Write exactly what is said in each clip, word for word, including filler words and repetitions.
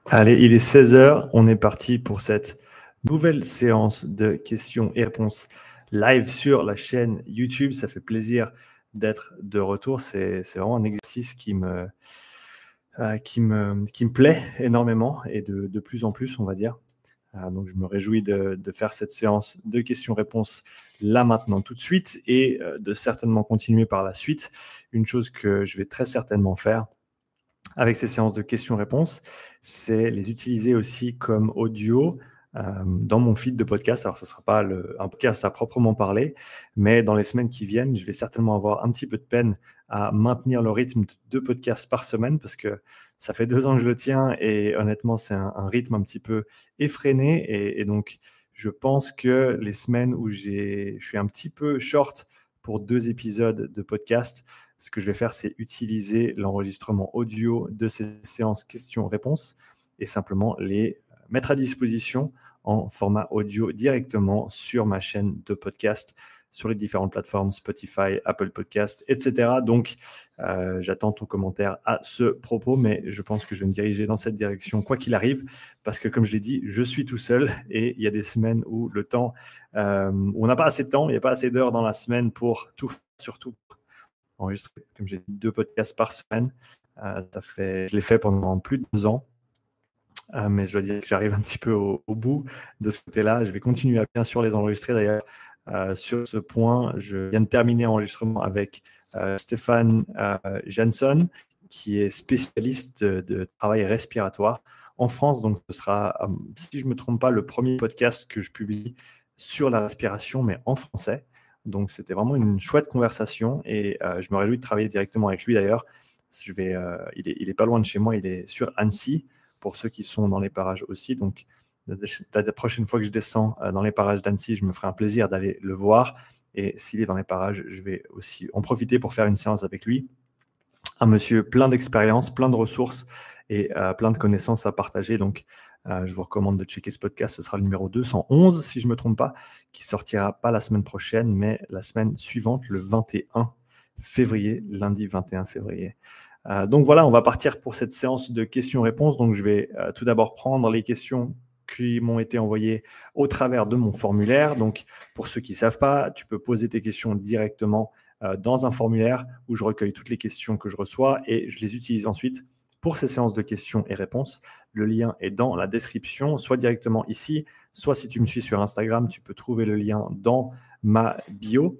Allez, il est seize heures, on est parti pour cette nouvelle séance de questions et réponses live sur la chaîne YouTube. Ça fait plaisir d'être de retour. C'est, c'est vraiment un exercice qui me, euh, qui me, qui me plaît énormément et de, de plus en plus, on va dire. Euh, donc, je me réjouis de, de faire cette séance de questions-réponses là, maintenant, tout de suite et euh, de certainement continuer par la suite. Une chose que je vais très certainement faire avec ces séances de questions-réponses, c'est les utiliser aussi comme audio euh, dans mon feed de podcast. Alors, ce ne sera pas le, un podcast à proprement parler, mais dans les semaines qui viennent, je vais certainement avoir un petit peu de peine à maintenir le rythme de deux podcasts par semaine parce que ça fait deux ans que je le tiens et honnêtement, c'est un, un rythme un petit peu effréné. Et, et donc, je pense que les semaines où j'ai, je suis un petit peu short pour deux épisodes de podcast, ce que je vais faire, c'est utiliser l'enregistrement audio de ces séances questions-réponses et simplement les mettre à disposition en format audio directement sur ma chaîne de podcast, sur les différentes plateformes Spotify, Apple Podcast, et cetera. Donc, euh, j'attends ton commentaire à ce propos, mais je pense que je vais me diriger dans cette direction, quoi qu'il arrive, parce que comme je l'ai dit, je suis tout seul et il y a des semaines où le temps, euh, où on n'a pas assez de temps, il n'y a pas assez d'heures dans la semaine pour tout faire, surtout enregistrer, comme j'ai dit, deux podcasts par semaine. Euh, ça fait, je l'ai fait pendant plus de deux ans. Euh, mais je dois dire que j'arrive un petit peu au, au bout de ce côté-là. Je vais continuer à bien sûr les enregistrer. D'ailleurs, euh, sur ce point, je viens de terminer l'enregistrement avec euh, Stéphane euh, Jansson, qui est spécialiste de, de travail respiratoire en France. Donc, ce sera, euh, si je ne me trompe pas, le premier podcast que je publie sur la respiration, mais en français. Donc, c'était vraiment une chouette conversation et euh, je me réjouis de travailler directement avec lui d'ailleurs. Je vais, euh, il est, il est pas loin de chez moi, il est sur Annecy, pour ceux qui sont dans les parages aussi. Donc, la prochaine fois que je descends dans les parages d'Annecy, je me ferai un plaisir d'aller le voir. Et s'il est dans les parages, je vais aussi en profiter pour faire une séance avec lui. Un monsieur plein d'expérience, plein de ressources et euh, plein de connaissances à partager. Donc, euh, je vous recommande de checker ce podcast. Ce sera le numéro deux cent onze, si je ne me trompe pas, qui sortira pas la semaine prochaine, mais la semaine suivante, le vingt et un février, lundi vingt et un février. Euh, donc voilà, on va partir pour cette séance de questions-réponses. Donc je vais euh, tout d'abord prendre les questions qui m'ont été envoyées au travers de mon formulaire. Donc pour ceux qui ne savent pas, tu peux poser tes questions directement euh, dans un formulaire où je recueille toutes les questions que je reçois et je les utilise ensuite pour ces séances de questions et réponses. Le lien est dans la description, soit directement ici, soit si tu me suis sur Instagram, tu peux trouver le lien dans ma bio.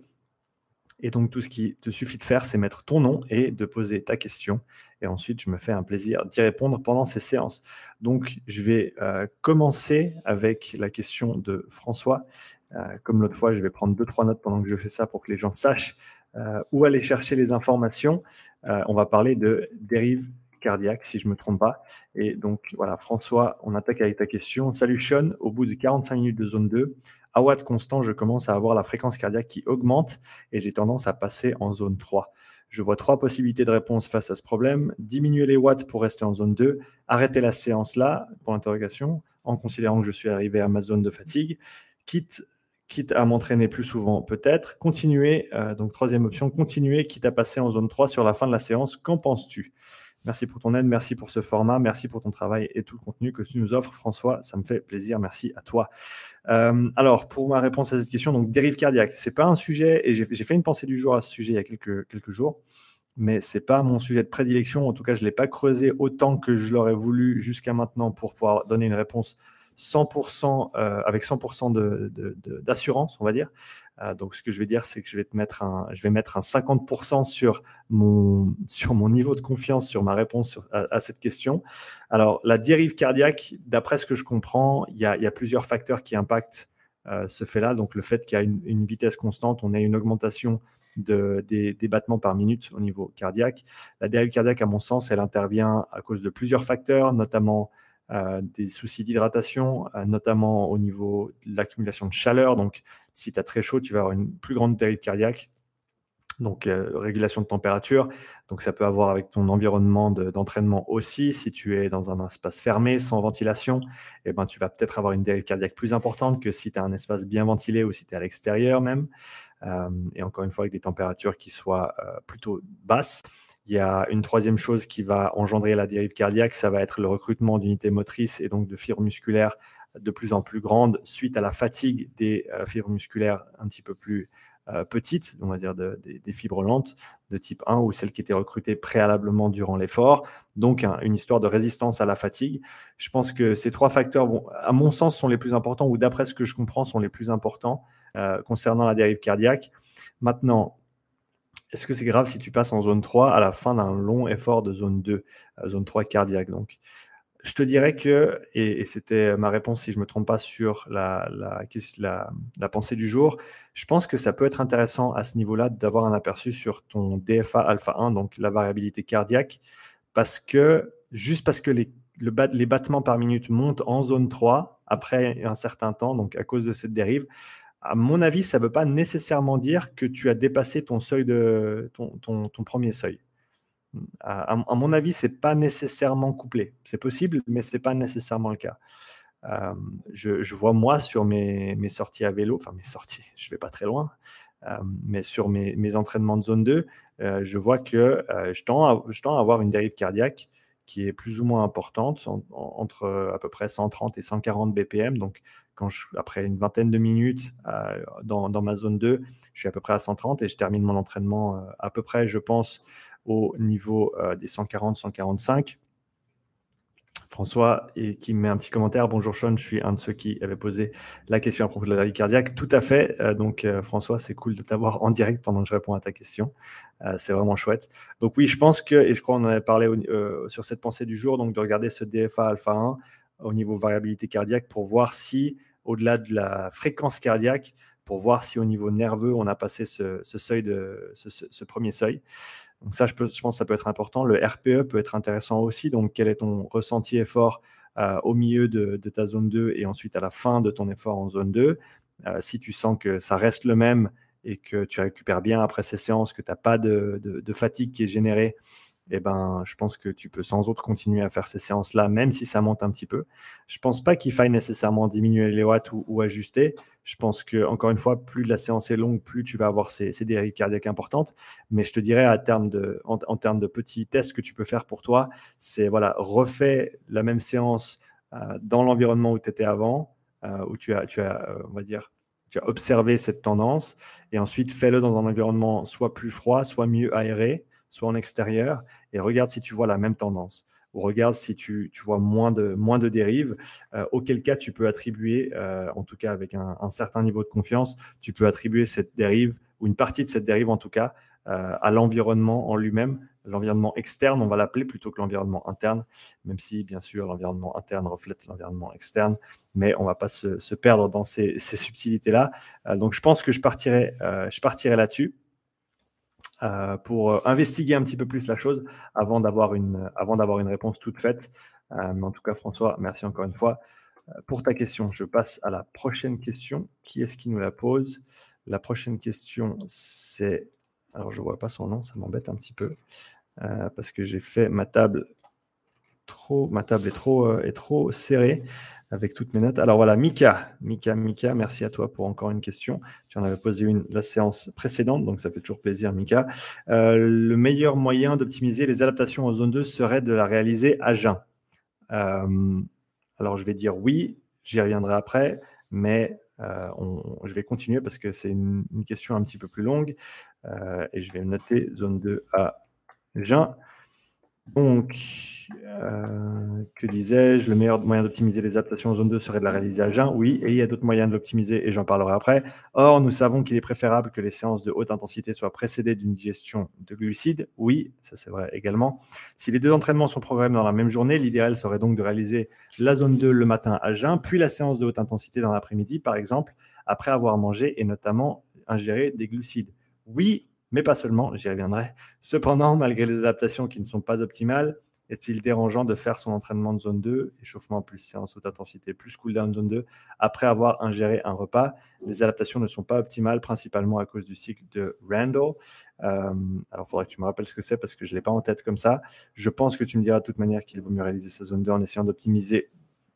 Et donc, tout ce qui te suffit de faire, c'est mettre ton nom et de poser ta question. Et ensuite, je me fais un plaisir d'y répondre pendant ces séances. Donc, je vais euh, commencer avec la question de François. Euh, comme l'autre fois, je vais prendre deux, trois notes pendant que je fais ça pour que les gens sachent euh, où aller chercher les informations. Euh, on va parler de dérive cardiaque, si je ne me trompe pas. Et donc, voilà, François, on attaque avec ta question. Salut Sean, au bout de quarante-cinq minutes de zone deux, à watts constant, je commence à avoir la fréquence cardiaque qui augmente et j'ai tendance à passer en zone trois. Je vois trois possibilités de réponse face à ce problème. Diminuer les watts pour rester en zone deux, arrêter la séance là, pour l'interrogation, en considérant que je suis arrivé à ma zone de fatigue, quitte, quitte à m'entraîner plus souvent peut-être, continuer, euh, donc troisième option, continuer, quitte à passer en zone trois sur la fin de la séance. Qu'en penses-tu ? Merci pour ton aide, merci pour ce format, merci pour ton travail et tout le contenu que tu nous offres, François. Ça me fait plaisir, merci à toi. Euh, alors, pour ma réponse à cette question, donc dérive cardiaque, ce n'est pas un sujet, et j'ai, j'ai fait une pensée du jour à ce sujet il y a quelques, quelques jours, mais ce n'est pas mon sujet de prédilection. En tout cas, je ne l'ai pas creusé autant que je l'aurais voulu jusqu'à maintenant pour pouvoir donner une réponse cent pour cent, euh, avec cent pour cent de, de, de, d'assurance, on va dire. Euh, donc, ce que je vais dire, c'est que je vais, te mettre un, je vais mettre un cinquante pour cent sur mon, sur mon niveau de confiance, sur ma réponse sur, à, à cette question. Alors, la dérive cardiaque, d'après ce que je comprends, il y a, il y a plusieurs facteurs qui impactent euh, ce fait-là. Donc, le fait qu'il y a une, une vitesse constante, on a une augmentation de, des, des battements par minute au niveau cardiaque. La dérive cardiaque, à mon sens, elle intervient à cause de plusieurs facteurs, notamment Euh, des soucis d'hydratation, euh, notamment au niveau de l'accumulation de chaleur. Donc, si tu as très chaud, tu vas avoir une plus grande dérive cardiaque. Donc, euh, régulation de température. Donc, ça peut avoir avec ton environnement de, d'entraînement aussi. Si tu es dans un espace fermé, sans ventilation, eh ben, tu vas peut-être avoir une dérive cardiaque plus importante que si tu as un espace bien ventilé ou si tu es à l'extérieur même. Euh, et encore une fois, avec des températures qui soient euh, plutôt basses. Il y a une troisième chose qui va engendrer la dérive cardiaque, ça va être le recrutement d'unités motrices et donc de fibres musculaires de plus en plus grandes suite à la fatigue des euh, fibres musculaires un petit peu plus euh, petites, on va dire de, de, des fibres lentes de type un ou celles qui étaient recrutées préalablement durant l'effort. Donc, un, une histoire de résistance à la fatigue. Je pense que ces trois facteurs, vont, à mon sens, sont les plus importants ou d'après ce que je comprends, sont les plus importants euh, concernant la dérive cardiaque. Maintenant, est-ce que c'est grave si tu passes en zone trois à la fin d'un long effort de zone deux, euh, zone trois cardiaque? Donc, je te dirais que, et, et c'était ma réponse si je ne me trompe pas sur la, la, la, la pensée du jour, je pense que ça peut être intéressant à ce niveau-là d'avoir un aperçu sur ton D F A alpha un, donc la variabilité cardiaque, parce que juste parce que les, le bat, les battements par minute montent en zone trois après un certain temps, donc à cause de cette dérive, à mon avis, ça ne veut pas nécessairement dire que tu as dépassé ton seuil de ton, ton, ton premier seuil. À, à mon avis, ce n'est pas nécessairement couplé. C'est possible, mais ce n'est pas nécessairement le cas. Euh, je, je vois moi sur mes, mes sorties à vélo, enfin mes sorties, je ne vais pas très loin, euh, mais sur mes, mes entraînements de zone deux, euh, je vois que euh, je, tends à, je tends à avoir une dérive cardiaque qui est plus ou moins importante, en, en, entre à peu près cent trente et cent quarante B P M. Donc, quand je, après une vingtaine de minutes euh, dans, dans ma zone deux, je suis à peu près à cent trente et je termine mon entraînement euh, à peu près, je pense, au niveau euh, des cent quarante cent quarante-cinq. François, et qui me met un petit commentaire. Bonjour Sean, je suis un de ceux qui avait posé la question à propos de la dérive cardiaque. Tout à fait. Euh, donc euh, François, c'est cool de t'avoir en direct pendant que je réponds à ta question. Euh, c'est vraiment chouette. Donc oui, je pense que, et je crois qu'on en avait parlé euh, sur cette pensée du jour, donc de regarder ce D F A alpha un au niveau variabilité cardiaque pour voir si, au-delà de la fréquence cardiaque, pour voir si au niveau nerveux, on a passé ce, ce seuil de ce, ce, ce premier seuil. Donc ça, je, peux, je pense que ça peut être important. Le R P E peut être intéressant aussi. Donc, quel est ton ressenti effort euh, au milieu de, de ta zone deux et ensuite à la fin de ton effort en zone deux? Euh, si tu sens que ça reste le même et que tu récupères bien après ces séances, que tu n'as pas de, de, de fatigue qui est générée, eh ben, je pense que tu peux sans autre continuer à faire ces séances-là, même si ça monte un petit peu. Je ne pense pas qu'il faille nécessairement diminuer les watts ou, ou ajuster. Je pense que, encore une fois, plus la séance est longue, plus tu vas avoir ces, ces dérives cardiaques importantes. Mais je te dirais, à terme de, en, en termes de petits tests que tu peux faire pour toi, c'est voilà, refais la même séance euh, dans l'environnement où tu étais avant, euh, où tu as, tu as euh, on va dire, tu as observé cette tendance, et ensuite fais-le dans un environnement soit plus froid, soit mieux aéré, soit en extérieur, et regarde si tu vois la même tendance, ou regarde si tu, tu vois moins de, moins de dérives, euh, auquel cas tu peux attribuer, euh, en tout cas avec un, un certain niveau de confiance, tu peux attribuer cette dérive, ou une partie de cette dérive en tout cas, euh, à l'environnement en lui-même, l'environnement externe, on va l'appeler, plutôt que l'environnement interne, même si bien sûr l'environnement interne reflète l'environnement externe, mais on ne va pas se, se perdre dans ces, ces subtilités-là. Euh, donc je pense que je partirai, euh, je partirai là-dessus. Euh, pour euh, investiguer un petit peu plus la chose avant d'avoir une, avant d'avoir une réponse toute faite. Euh, mais en tout cas, François, merci encore une fois euh, pour ta question. Je passe à la prochaine question. Qui est-ce qui nous la pose? La prochaine question, c'est... Alors, je ne vois pas son nom, ça m'embête un petit peu euh, parce que j'ai fait ma table trop... Ma table est trop, euh, est trop serrée avec toutes mes notes. Alors voilà, Mika, Mika, Mika, merci à toi pour encore une question. Tu en avais posé une la séance précédente, donc ça fait toujours plaisir, Mika. Euh, le meilleur moyen d'optimiser les adaptations en zone deux serait de la réaliser à jeun. Euh, alors je vais dire oui, j'y reviendrai après, mais euh, on, je vais continuer parce que c'est une, une question un petit peu plus longue euh, et je vais noter zone deux à jeun. Donc, euh, que disais-je? Le meilleur moyen d'optimiser les adaptations en zone deux serait de la réaliser à jeun. Oui, et il y a d'autres moyens de l'optimiser et j'en parlerai après. Or, nous savons qu'il est préférable que les séances de haute intensité soient précédées d'une digestion de glucides. Oui, ça c'est vrai également. Si les deux entraînements sont programmés dans la même journée, l'idéal serait donc de réaliser la zone deux le matin à jeun, puis la séance de haute intensité dans l'après-midi, par exemple, après avoir mangé et notamment ingéré des glucides. Oui, mais pas seulement, j'y reviendrai. Cependant, malgré les adaptations qui ne sont pas optimales, est-il dérangeant de faire son entraînement de zone deux, échauffement plus séance haute intensité plus cooldown zone deux, après avoir ingéré un repas? Les adaptations ne sont pas optimales, principalement à cause du cycle de Randall. Euh, alors, il faudrait que tu me rappelles ce que c'est parce que je ne l'ai pas en tête comme ça. Je pense que tu me diras de toute manière qu'il vaut mieux réaliser sa zone deux en essayant d'optimiser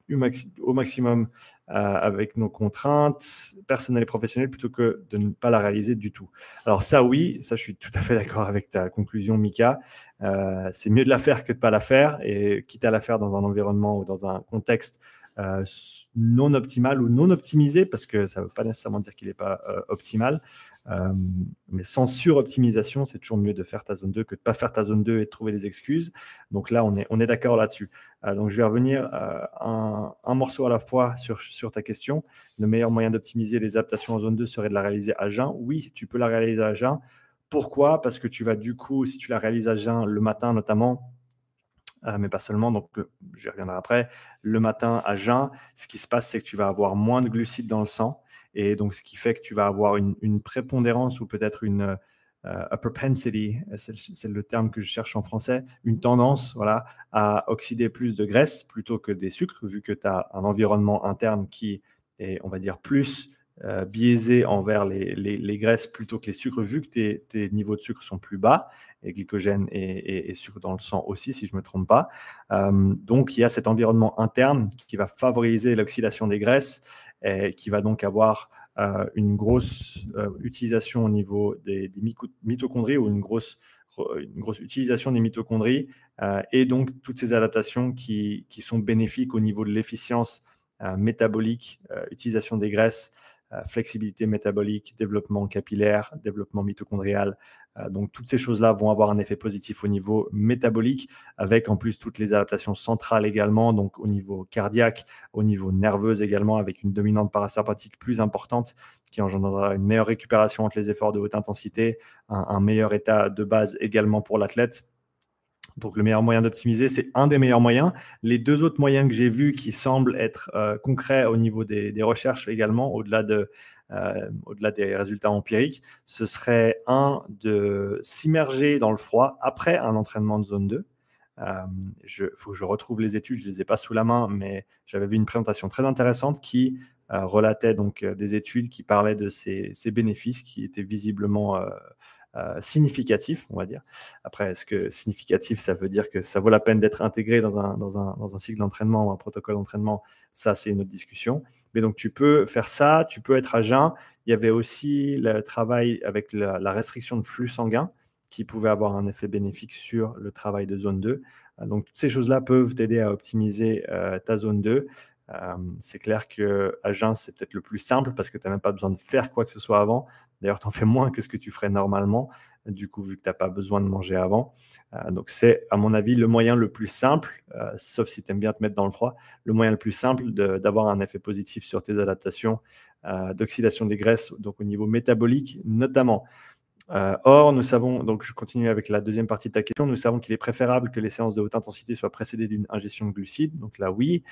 au maximum euh, avec nos contraintes personnelles et professionnelles plutôt que de ne pas la réaliser du tout. Alors ça, oui, ça je suis tout à fait d'accord avec ta conclusion, Mika. Euh, c'est mieux de la faire que de ne pas la faire, et quitte à la faire dans un environnement ou dans un contexte euh, non optimal ou non optimisé, parce que ça ne veut pas nécessairement dire qu'il n'est pas euh, optimal. Euh, mais sans sur-optimisation, c'est toujours mieux de faire ta zone deux que de ne pas faire ta zone deux et de trouver des excuses. Donc là, on est, on est d'accord là-dessus. Euh, donc je vais revenir euh, un, un morceau à la fois sur, sur ta question. Le meilleur moyen d'optimiser les adaptations en zone deux serait de la réaliser à jeun. Oui, tu peux la réaliser à jeun. Pourquoi? Parce que tu vas du coup, si tu la réalises à jeun le matin notamment, euh, mais pas seulement, donc j'y reviendrai après, le matin à jeun, ce qui se passe, c'est que tu vas avoir moins de glucides dans le sang. Et donc, ce qui fait que tu vas avoir une, une prépondérance ou peut-être une euh, a propensity, c'est, c'est le terme que je cherche en français, une tendance voilà, à oxyder plus de graisse plutôt que des sucres, vu que tu as un environnement interne qui est, on va dire, plus euh, biaisé envers les, les, les graisses plutôt que les sucres, vu que tes, tes niveaux de sucre sont plus bas, et glycogène et, et, et sucre dans le sang aussi, si je ne me trompe pas. Euh, donc, il y a cet environnement interne qui va favoriser l'oxydation des graisses, et qui va donc avoir euh, une grosse euh, utilisation au niveau des, des mitochondries ou une grosse, une grosse utilisation des mitochondries euh, et donc toutes ces adaptations qui, qui sont bénéfiques au niveau de l'efficience euh, métabolique, euh, utilisation des graisses, euh, flexibilité métabolique, développement capillaire, développement mitochondrial. Euh, donc toutes ces choses-là vont avoir un effet positif au niveau métabolique, avec en plus toutes les adaptations centrales également, donc au niveau cardiaque, au niveau nerveux également, avec une dominante parasympathique plus importante qui engendrera une meilleure récupération entre les efforts de haute intensité, un, un meilleur état de base également pour l'athlète. Donc, le meilleur moyen d'optimiser, c'est un des meilleurs moyens. Les deux autres moyens que j'ai vus qui semblent être euh, concrets au niveau des, des recherches également, au-delà, de, euh, au-delà des résultats empiriques, ce serait un de s'immerger dans le froid après un entraînement de zone deux. Il euh, faut que je retrouve les études, je ne les ai pas sous la main, mais j'avais vu une présentation très intéressante qui euh, relatait donc euh, des études qui parlaient de ces, ces bénéfices qui étaient visiblement euh, Euh, significatif, on va dire. Après, est-ce que significatif, ça veut dire que ça vaut la peine d'être intégré dans un, dans un, dans un cycle d'entraînement ou un protocole d'entraînement? Ça, c'est une autre discussion. Mais donc, tu peux faire ça, tu peux être à jeun. Il y avait aussi le travail avec la, la restriction de flux sanguin qui pouvait avoir un effet bénéfique sur le travail de zone deux. Donc, toutes ces choses-là peuvent t'aider à optimiser euh, ta zone deux. Euh, c'est clair qu'à jeun, c'est peut-être le plus simple parce que tu n'as même pas besoin de faire quoi que ce soit avant. D'ailleurs, tu en fais moins que ce que tu ferais normalement, du coup, vu que tu n'as pas besoin de manger avant. Euh, donc, c'est, à mon avis, le moyen le plus simple, euh, sauf si tu aimes bien te mettre dans le froid, le moyen le plus simple de, d'avoir un effet positif sur tes adaptations euh, d'oxydation des graisses, donc au niveau métabolique notamment. Euh, or, nous savons, donc je continue avec la deuxième partie de ta question, nous savons qu'il est préférable que les séances de haute intensité soient précédées d'une ingestion de glucides. Donc là, oui.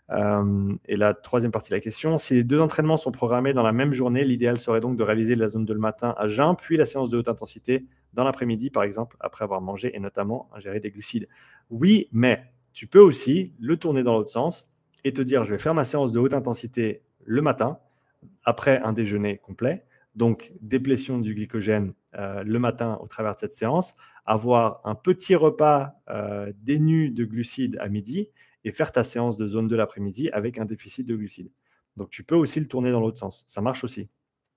Euh, et la troisième partie de la question, si les deux entraînements sont programmés dans la même journée, l'idéal serait donc de réaliser la zone deux le matin à jeun, puis la séance de haute intensité dans l'après-midi, par exemple, après avoir mangé et notamment ingéré des glucides. Oui, mais tu peux aussi le tourner dans l'autre sens et te dire, je vais faire ma séance de haute intensité le matin, après un déjeuner complet, donc déplétion du glycogène euh, le matin au travers de cette séance, avoir un petit repas euh, dénu de glucides à midi, et faire ta séance de zone deux l'après-midi avec un déficit de glucides. Donc, tu peux aussi le tourner dans l'autre sens. Ça marche aussi.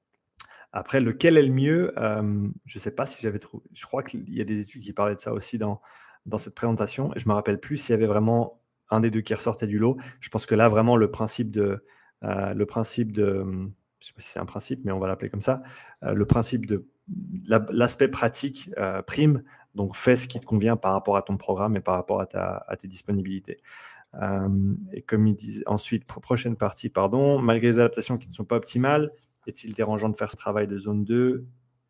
Après, lequel est le mieux euh, je ne sais pas si j'avais trouvé. Je crois qu'il y a des études qui parlaient de ça aussi dans, dans cette présentation. Je ne me rappelle plus s'il y avait vraiment un des deux qui ressortait du lot. Je pense que là, vraiment, le principe de. Euh, le principe de je ne sais pas si c'est un principe, mais on va l'appeler comme ça. Euh, le principe de la, l'aspect pratique euh, prime. Donc, fais ce qui te convient par rapport à ton programme et par rapport à, ta, à tes disponibilités. Euh, et comme ils disent ensuite, prochaine partie, pardon, malgré les adaptations qui ne sont pas optimales, est-il dérangeant de faire ce travail de zone deux,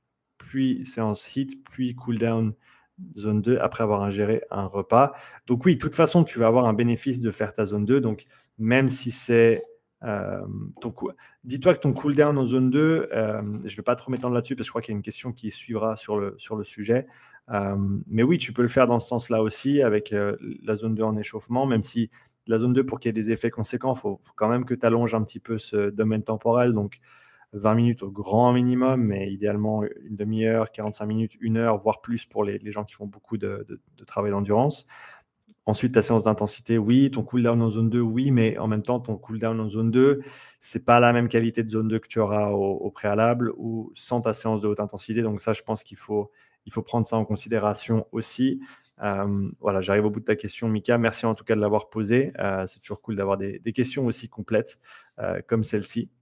puis séance hit, puis cool down zone deux après avoir ingéré un repas? Donc oui, de toute façon, tu vas avoir un bénéfice de faire ta zone deux. Donc même si c'est euh, ton coup, dis-toi que ton cool down en zone deux, euh, je ne vais pas trop m'étendre là-dessus parce que je crois qu'il y a une question qui suivra sur le, sur le sujet. Euh, mais oui, tu peux le faire dans ce sens-là aussi avec euh, la zone deux en échauffement, même si la zone deux, pour qu'il y ait des effets conséquents, il faut, faut quand même que tu allonges un petit peu ce domaine temporel. Donc, vingt minutes au grand minimum, mais idéalement une demi-heure, quarante-cinq minutes, une heure, voire plus pour les, les gens qui font beaucoup de, de, de travail d'endurance. Ensuite, ta séance d'intensité, oui. Ton cooldown en zone deux, oui. Mais en même temps, ton cooldown en zone deux, ce n'est pas la même qualité de zone deux que tu auras au, au préalable ou sans ta séance de haute intensité. Donc ça, je pense qu'il faut, il faut prendre ça en considération aussi. Euh, voilà, j'arrive au bout de ta question, Mika. Merci en tout cas de l'avoir posée. Euh, c'est toujours cool d'avoir des, des questions aussi complètes euh, comme celle-ci.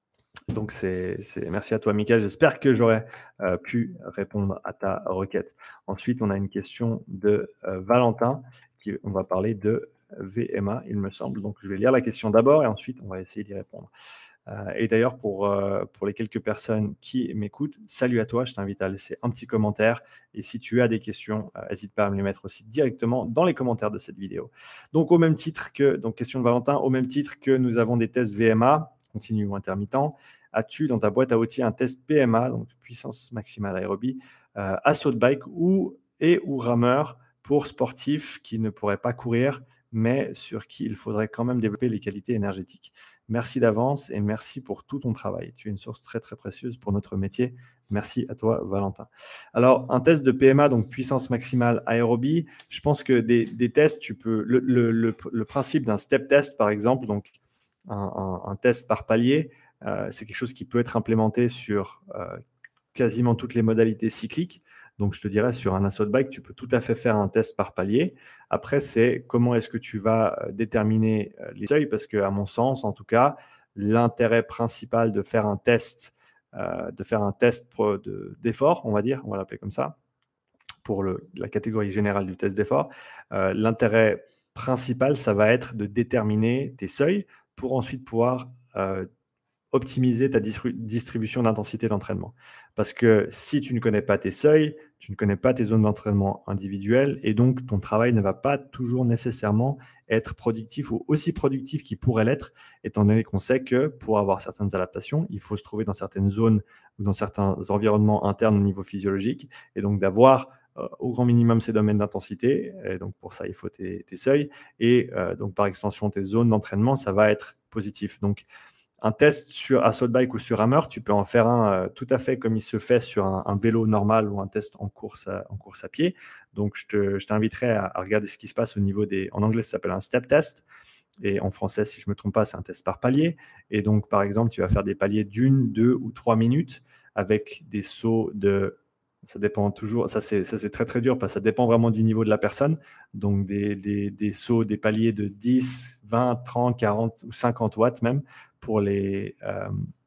Donc, c'est, c'est... merci à toi, Mika. J'espère que j'aurai euh, pu répondre à ta requête. Ensuite, on a une question de euh, Valentin. Qui, on va parler de V M A, il me semble. Donc, je vais lire la question d'abord et ensuite, on va essayer d'y répondre. Euh, et d'ailleurs, pour, euh, pour les quelques personnes qui m'écoutent, salut à toi. Je t'invite à laisser un petit commentaire. Et si tu as des questions, n'hésite euh, pas à me les mettre aussi directement dans les commentaires de cette vidéo. Donc, au même titre que, donc question de Valentin, au même titre que nous avons des tests V M A, continu ou intermittent, as-tu dans ta boîte à outils un test P M A, donc puissance maximale aérobie, euh, assaut bike ou, et ou rameur pour sportifs qui ne pourraient pas courir, mais sur qui il faudrait quand même développer les qualités énergétiques. Merci d'avance et merci pour tout ton travail. Tu es une source très, très précieuse pour notre métier. Merci à toi, Valentin. Alors, un test de P M A, donc puissance maximale aérobie, je pense que des, des tests, tu peux... Le, le, le, le principe d'un step test, par exemple, donc un, un, un test par palier, euh, c'est quelque chose qui peut être implémenté sur euh, quasiment toutes les modalités cycliques. Donc, je te dirais, sur un assaut bike, tu peux tout à fait faire un test par palier. Après, c'est comment est-ce que tu vas déterminer les seuils, parce qu'à mon sens, en tout cas, l'intérêt principal de faire un test, euh, de faire un test de, d'effort, on va dire, on va l'appeler comme ça, pour le, la catégorie générale du test d'effort, euh, l'intérêt principal, ça va être de déterminer tes seuils pour ensuite pouvoir euh, optimiser ta distribution d'intensité d'entraînement. Parce que si tu ne connais pas tes seuils, tu ne connais pas tes zones d'entraînement individuelles et donc ton travail ne va pas toujours nécessairement être productif ou aussi productif qu'il pourrait l'être, étant donné qu'on sait que pour avoir certaines adaptations, il faut se trouver dans certaines zones ou dans certains environnements internes au niveau physiologique et donc d'avoir euh, au grand minimum ces domaines d'intensité. Et donc pour ça, il faut tes, tes seuils et euh, donc par extension tes zones d'entraînement, ça va être positif. Donc un test sur assaut bike ou sur hammer, tu peux en faire un euh, tout à fait comme il se fait sur un, un vélo normal ou un test en course à, en course à pied. Donc, je, te, je t'inviterai à, à regarder ce qui se passe au niveau des... En anglais, ça s'appelle un step test. Et en français, si je ne me trompe pas, c'est un test par palier. Et donc, par exemple, tu vas faire des paliers d'une, deux ou trois minutes avec des sauts de... Ça dépend toujours, ça c'est, ça c'est très très dur parce que ça dépend vraiment du niveau de la personne. Donc des, des, des sauts, des paliers de dix, vingt, trente, quarante ou cinquante watts même pour les, euh,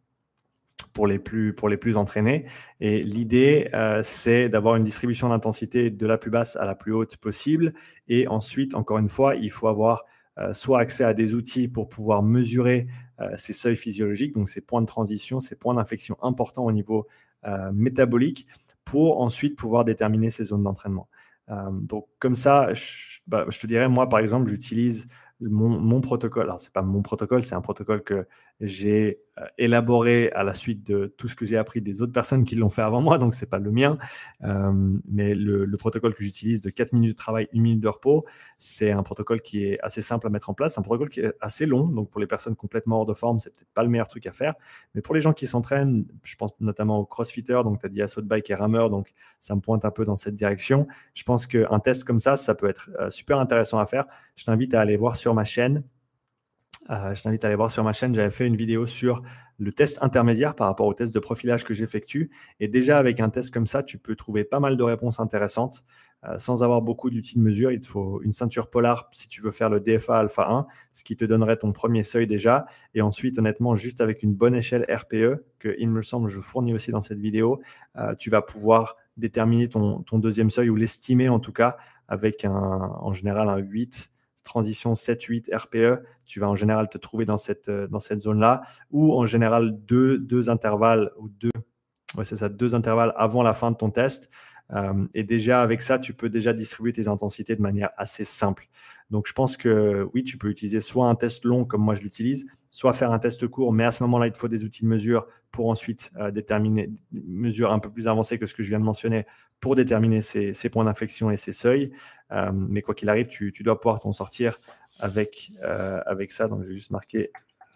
pour les, plus, pour les plus entraînés. Et l'idée, euh, c'est d'avoir une distribution d'intensité de la plus basse à la plus haute possible. Et ensuite, encore une fois, il faut avoir euh, soit accès à des outils pour pouvoir mesurer euh, ces seuils physiologiques, donc ces points de transition, ces points d'inflexion importants au niveau euh, métabolique, pour ensuite pouvoir déterminer ces zones d'entraînement. Euh, donc, comme ça, je, bah, je te dirais, moi, par exemple, j'utilise mon, mon protocole. Alors, ce n'est pas mon protocole, c'est un protocole que j'ai euh, élaboré à la suite de tout ce que j'ai appris des autres personnes qui l'ont fait avant moi, donc ce n'est pas le mien. Euh, mais le, le protocole que j'utilise de quatre minutes de travail, une minute de repos, c'est un protocole qui est assez simple à mettre en place. C'est un protocole qui est assez long, donc pour les personnes complètement hors de forme, c'est peut-être pas le meilleur truc à faire. Mais pour les gens qui s'entraînent, je pense notamment aux crossfitters, donc tu as dit assaut bike et rameur, donc ça me pointe un peu dans cette direction. Je pense qu'un test comme ça, ça peut être euh, super intéressant à faire. Je t'invite à aller voir sur ma chaîne. Euh, je t'invite à aller voir sur ma chaîne, j'avais fait une vidéo sur le test intermédiaire par rapport au test de profilage que j'effectue. Et déjà, avec un test comme ça, tu peux trouver pas mal de réponses intéressantes euh, sans avoir beaucoup d'outils de mesure. Il te faut une ceinture polar si tu veux faire le D F A Alpha un, ce qui te donnerait ton premier seuil déjà. Et ensuite, honnêtement, juste avec une bonne échelle R P E, que il me semble, je fournis aussi dans cette vidéo, euh, tu vas pouvoir déterminer ton, ton deuxième seuil ou l'estimer en tout cas avec un, en général un huit. Transition sept huit R P E, tu vas en général te trouver dans cette, dans cette zone-là, ou en général deux, deux intervalles, ou deux, ouais, c'est ça, deux intervalles avant la fin de ton test. Euh, et déjà, avec ça, tu peux déjà distribuer tes intensités de manière assez simple. Donc, je pense que oui, tu peux utiliser soit un test long, comme moi je l'utilise, soit faire un test court, mais à ce moment-là, il te faut des outils de mesure pour ensuite euh, déterminer des mesures un peu plus avancées que ce que je viens de mentionner pour déterminer ces, ces points d'inflexion et ces seuils. Euh, mais quoi qu'il arrive, tu, tu dois pouvoir t'en sortir avec, euh, avec ça. Donc, je vais juste marquer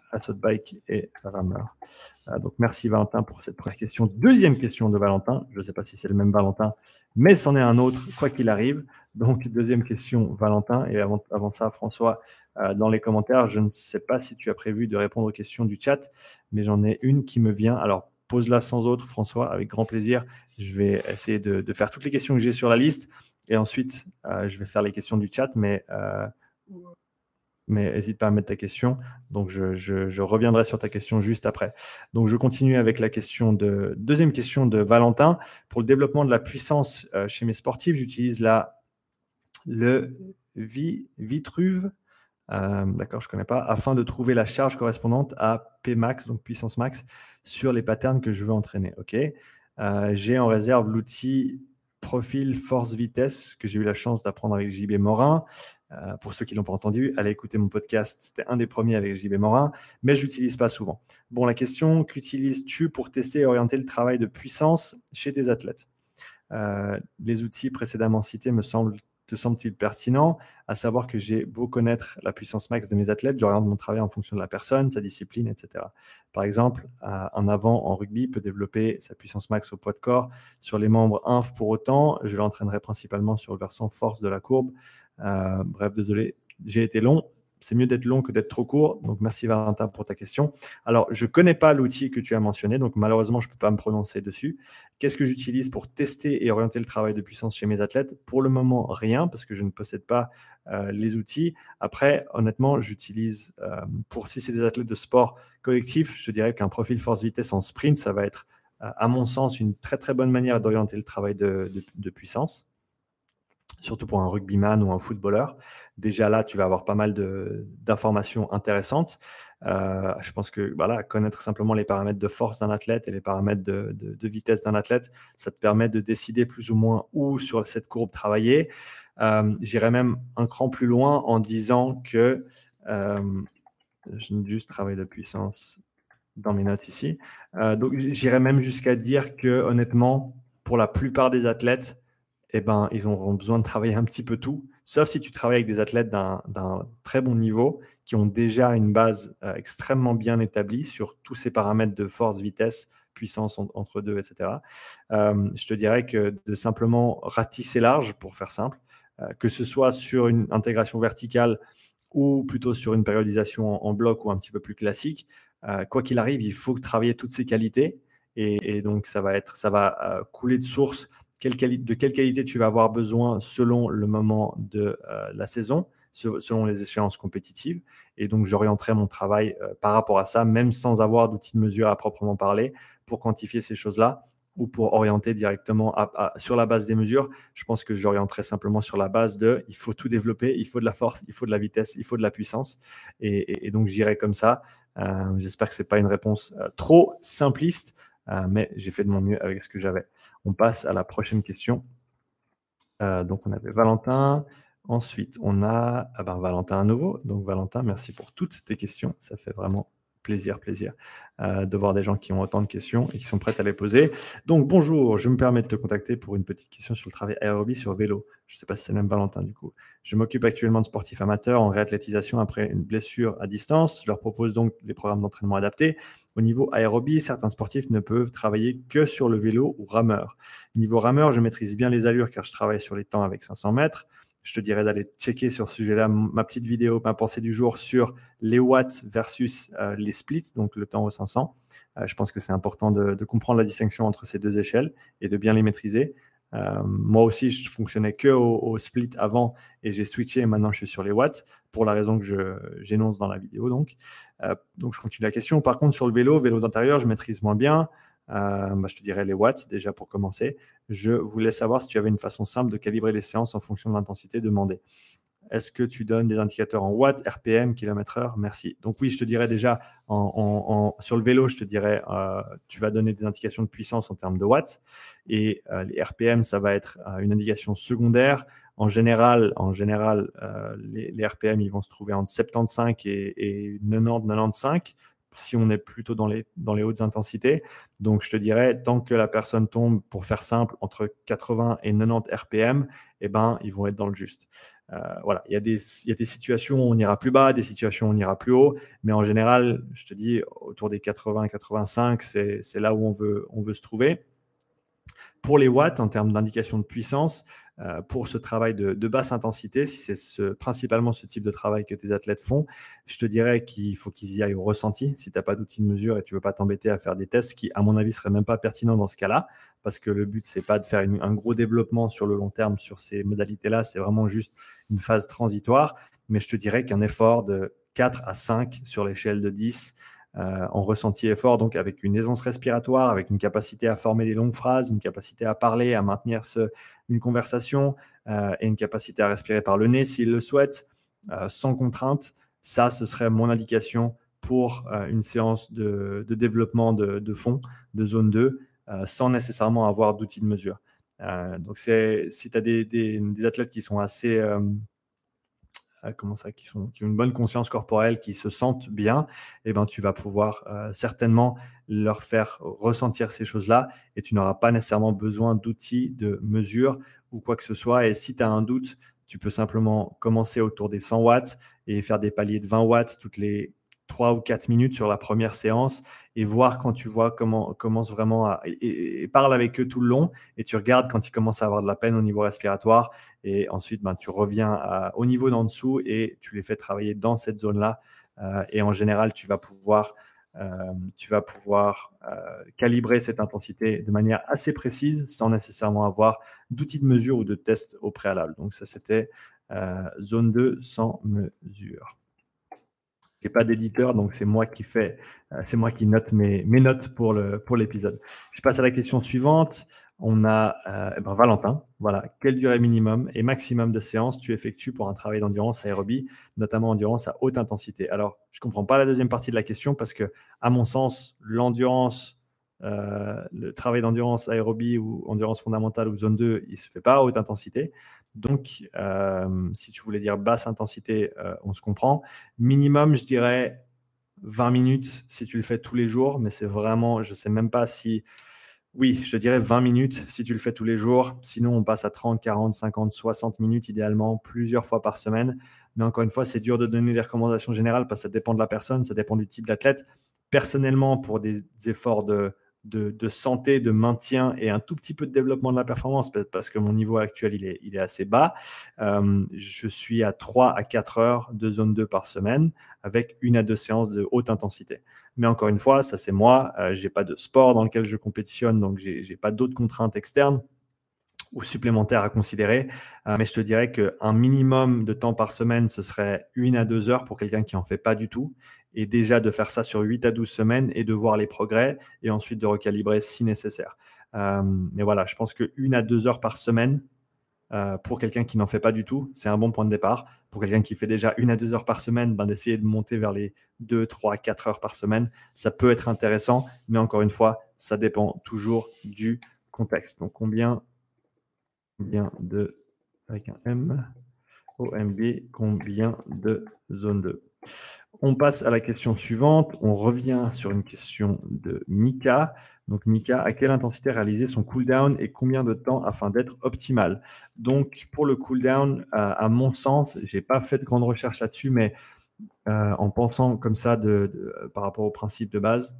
assaut bike et rameur. Euh, donc, merci Valentin pour cette première question. Deuxième question de Valentin. Je ne sais pas si c'est le même Valentin, mais c'en est un autre, quoi qu'il arrive. Donc, deuxième question, Valentin. Et avant, avant ça, François, euh, dans les commentaires, je ne sais pas si tu as prévu de répondre aux questions du chat, mais j'en ai une qui me vient. Alors, pose-la sans autre, François, avec grand plaisir. Je vais essayer de, de faire toutes les questions que j'ai sur la liste. Et ensuite, euh, je vais faire les questions du chat, mais... Euh, mais n'hésite pas à mettre ta question. Donc, je, je, je reviendrai sur ta question juste après. Donc, je continue avec la question de, deuxième question de Valentin. Pour le développement de la puissance euh, chez mes sportifs, j'utilise la, le Vi, Vitruve, euh, d'accord, je ne connais pas, afin de trouver la charge correspondante à P max, donc puissance max, sur les patterns que je veux entraîner. OK. Euh, j'ai en réserve l'outil Profil Force Vitesse que j'ai eu la chance d'apprendre avec J B Morin. Euh, pour ceux qui ne l'ont pas entendu, allez écouter mon podcast. C'était un des premiers avec J B Morin, mais je ne l'utilise pas souvent. Bon, la question, qu'utilises-tu pour tester et orienter le travail de puissance chez tes athlètes? euh, Les outils précédemment cités me semblent te semble-t-il pertinent, à savoir que j'ai beau connaître la puissance max de mes athlètes, j'oriente mon travail en fonction de la personne, sa discipline, et cetera. Par exemple, un avant en rugby peut développer sa puissance max au poids de corps sur les membres inf. Pour autant, je l'entraînerai principalement sur le versant force de la courbe. Euh, bref, désolé, j'ai été long. C'est mieux d'être long que d'être trop court. Donc, merci Valentin pour ta question. Alors, je ne connais pas l'outil que tu as mentionné, donc malheureusement, je ne peux pas me prononcer dessus. Qu'est-ce que j'utilise pour tester et orienter le travail de puissance chez mes athlètes? Pour le moment, rien, parce que je ne possède pas euh, les outils. Après, honnêtement, j'utilise, euh, pour si c'est des athlètes de sport collectif, je dirais qu'un profil force-vitesse en sprint, ça va être, euh, à mon sens, une très, très bonne manière d'orienter le travail de, de, de puissance. Surtout pour un rugbyman ou un footballeur. Déjà là, tu vas avoir pas mal de, d'informations intéressantes. Euh, je pense que voilà, connaître simplement les paramètres de force d'un athlète et les paramètres de, de, de vitesse d'un athlète, ça te permet de décider plus ou moins où sur cette courbe travailler. Euh, j'irais même un cran plus loin en disant que euh, je ne juste travail de puissance dans mes notes ici. Euh, donc j'irais même jusqu'à dire que honnêtement, pour la plupart des athlètes, eh ben, ils auront besoin de travailler un petit peu tout, sauf si tu travailles avec des athlètes d'un, d'un très bon niveau, qui ont déjà une base euh, extrêmement bien établie sur tous ces paramètres de force, vitesse, puissance en, entre deux, et cetera. Euh, je te dirais que de simplement ratisser large, pour faire simple, euh, que ce soit sur une intégration verticale ou plutôt sur une périodisation en, en bloc ou un petit peu plus classique, euh, quoi qu'il arrive, il faut travailler toutes ces qualités. Et, et donc, ça va, être, ça va euh, couler de source quelle quali- de quelle qualité tu vas avoir besoin selon le moment de euh, la saison, se- selon les échéances compétitives. Et donc, j'orienterai mon travail euh, par rapport à ça, même sans avoir d'outils de mesure à proprement parler, pour quantifier ces choses-là ou pour orienter directement à, à, sur la base des mesures. Je pense que j'orienterai simplement sur la base de il faut tout développer, il faut de la force, il faut de la vitesse, il faut de la puissance. Et, et, et donc, j'irai comme ça. Euh, j'espère que ce n'est pas une réponse euh, trop simpliste, euh, mais j'ai fait de mon mieux avec ce que j'avais. On passe à la prochaine question. Euh, donc, on avait Valentin. Ensuite, on a ah ben, Valentin à nouveau. Donc, Valentin, merci pour toutes tes questions. Ça fait vraiment plaisir, plaisir euh, de voir des gens qui ont autant de questions et qui sont prêts à les poser. Donc, bonjour, je me permets de te contacter pour une petite question sur le travail aérobie sur vélo. Je ne sais pas si c'est le même Valentin du coup. Je m'occupe actuellement de sportifs amateurs en réathlétisation après une blessure à distance. Je leur propose donc des programmes d'entraînement adaptés. Au niveau aérobie, certains sportifs ne peuvent travailler que sur le vélo ou rameur. Niveau rameur, je maîtrise bien les allures car je travaille sur les temps avec cinq cents mètres. Je te dirais d'aller checker sur ce sujet-là ma petite vidéo, ma pensée du jour sur les watts versus euh, les splits, donc le temps aux cinq cents. Euh, je pense que c'est important de, de comprendre la distinction entre ces deux échelles et de bien les maîtriser. Euh, moi aussi, je fonctionnais que au, au split avant et j'ai switché et maintenant je suis sur les watts pour la raison que je, j'énonce dans la vidéo. Donc. Euh, donc, je continue la question. Par contre, sur le vélo, vélo d'intérieur, je maîtrise moins bien. Euh, bah, je te dirais les watts déjà pour commencer. Je voulais savoir si tu avais une façon simple de calibrer les séances en fonction de l'intensité demandée. Est-ce que tu donnes des indicateurs en watts, R P M, kilomètre heure? Merci. Donc oui, je te dirais déjà, en, en, en, sur le vélo, je te dirais, euh, tu vas donner des indications de puissance en termes de watts. Et euh, les R P M, ça va être euh, une indication secondaire. En général, en général euh, les, les R P M, ils vont se trouver entre soixante-quinze et, et quatre-vingt-dix, quatre-vingt-quinze si on est plutôt dans les, dans les hautes intensités. Donc, je te dirais, tant que la personne tombe, pour faire simple, entre quatre-vingts et quatre-vingt-dix R P M, eh ben, ils vont être dans le juste. Euh, voilà, il y a des, il y a des situations où on ira plus bas, des situations où on ira plus haut, mais en général, je te dis, autour des quatre-vingts quatre-vingt-cinq, c'est c'est là où on veut, on veut se trouver. Pour les watts, en termes d'indication de puissance, euh, pour ce travail de, de basse intensité, si c'est ce, principalement ce type de travail que tes athlètes font, je te dirais qu'il faut qu'ils y aillent au ressenti. Si tu n'as pas d'outil de mesure et tu ne veux pas t'embêter à faire des tests, qui, à mon avis, ne seraient même pas pertinents dans ce cas-là, parce que le but, ce n'est pas de faire une, un gros développement sur le long terme sur ces modalités-là, c'est vraiment juste une phase transitoire. Mais je te dirais qu'un effort de quatre à cinq sur l'échelle de dix, Euh, en ressenti effort, donc avec une aisance respiratoire, avec une capacité à former des longues phrases, une capacité à parler, à maintenir ce, une conversation euh, et une capacité à respirer par le nez s'il le souhaite, euh, sans contrainte. Ça, ce serait mon indication pour euh, une séance de, de développement de, de fond, de zone deux, euh, sans nécessairement avoir d'outils de mesure. Euh, donc, si tu as des, des, des athlètes qui sont assez... Euh, comment ça, qui, sont, qui ont une bonne conscience corporelle, qui se sentent bien, eh ben, tu vas pouvoir euh, certainement leur faire ressentir ces choses-là et tu n'auras pas nécessairement besoin d'outils de mesure ou quoi que ce soit. Et si tu as un doute, tu peux simplement commencer autour des cent watts et faire des paliers de vingt watts toutes les trois ou quatre minutes sur la première séance et voir quand tu vois comment commence vraiment à, et, et, et parle avec eux tout le long et tu regardes quand ils commencent à avoir de la peine au niveau respiratoire et ensuite ben, tu reviens à, au niveau d'en dessous et tu les fais travailler dans cette zone-là euh, et en général tu vas pouvoir euh, tu vas pouvoir euh, calibrer cette intensité de manière assez précise sans nécessairement avoir d'outils de mesure ou de tests au préalable. Donc ça c'était euh, zone deux sans mesure. Je n'ai pas d'éditeur, donc c'est moi qui fais, euh, c'est moi qui note mes, mes notes pour le pour l'épisode. Je passe à la question suivante. On a euh, eh ben Valentin. Voilà, quelle durée minimum et maximum de séances tu effectues pour un travail d'endurance aérobie, notamment endurance à haute intensité? Alors, je ne comprends pas la deuxième partie de la question parce que, à mon sens, l'endurance, euh, le travail d'endurance aérobie ou endurance fondamentale ou zone deux, il ne se fait pas à haute intensité. Donc, euh, si tu voulais dire basse intensité, euh, on se comprend. Minimum, je dirais vingt minutes si tu le fais tous les jours, mais c'est vraiment, je ne sais même pas si... Oui, je dirais vingt minutes si tu le fais tous les jours. Sinon, on passe à trente, quarante, cinquante, soixante minutes idéalement, plusieurs fois par semaine. Mais encore une fois, c'est dur de donner des recommandations générales parce que ça dépend de la personne, ça dépend du type d'athlète. Personnellement, pour des efforts de, de, de santé, de maintien et un tout petit peu de développement de la performance, parce que mon niveau actuel, il est, il est assez bas, euh, je suis à trois à quatre heures de zone deux par semaine avec une à deux séances de haute intensité. Mais encore une fois, ça c'est moi, euh, je n'ai pas de sport dans lequel je compétitionne, donc je n'ai pas d'autres contraintes externes ou supplémentaires à considérer. Euh, mais je te dirais qu'un minimum de temps par semaine, ce serait une à deux heures pour quelqu'un qui n'en fait pas du tout. Et déjà de faire ça sur huit à douze semaines et de voir les progrès et ensuite de recalibrer si nécessaire. Euh, mais voilà, je pense qu'une à deux heures par semaine, euh, pour quelqu'un qui n'en fait pas du tout, c'est un bon point de départ. Pour quelqu'un qui fait déjà une à deux heures par semaine, ben, d'essayer de monter vers les deux, trois, quatre heures par semaine, ça peut être intéressant. Mais encore une fois, ça dépend toujours du contexte. Donc, combien Combien de, avec un M, O M B, combien de zone deux? On passe à la question suivante. On revient sur une question de Mika. Donc, Mika, à quelle intensité réaliser son cooldown et combien de temps afin d'être optimal? Donc, pour le cooldown, à, à mon sens, je n'ai pas fait de grande recherche là-dessus, mais euh, en pensant comme ça de, de, par rapport au principe de base,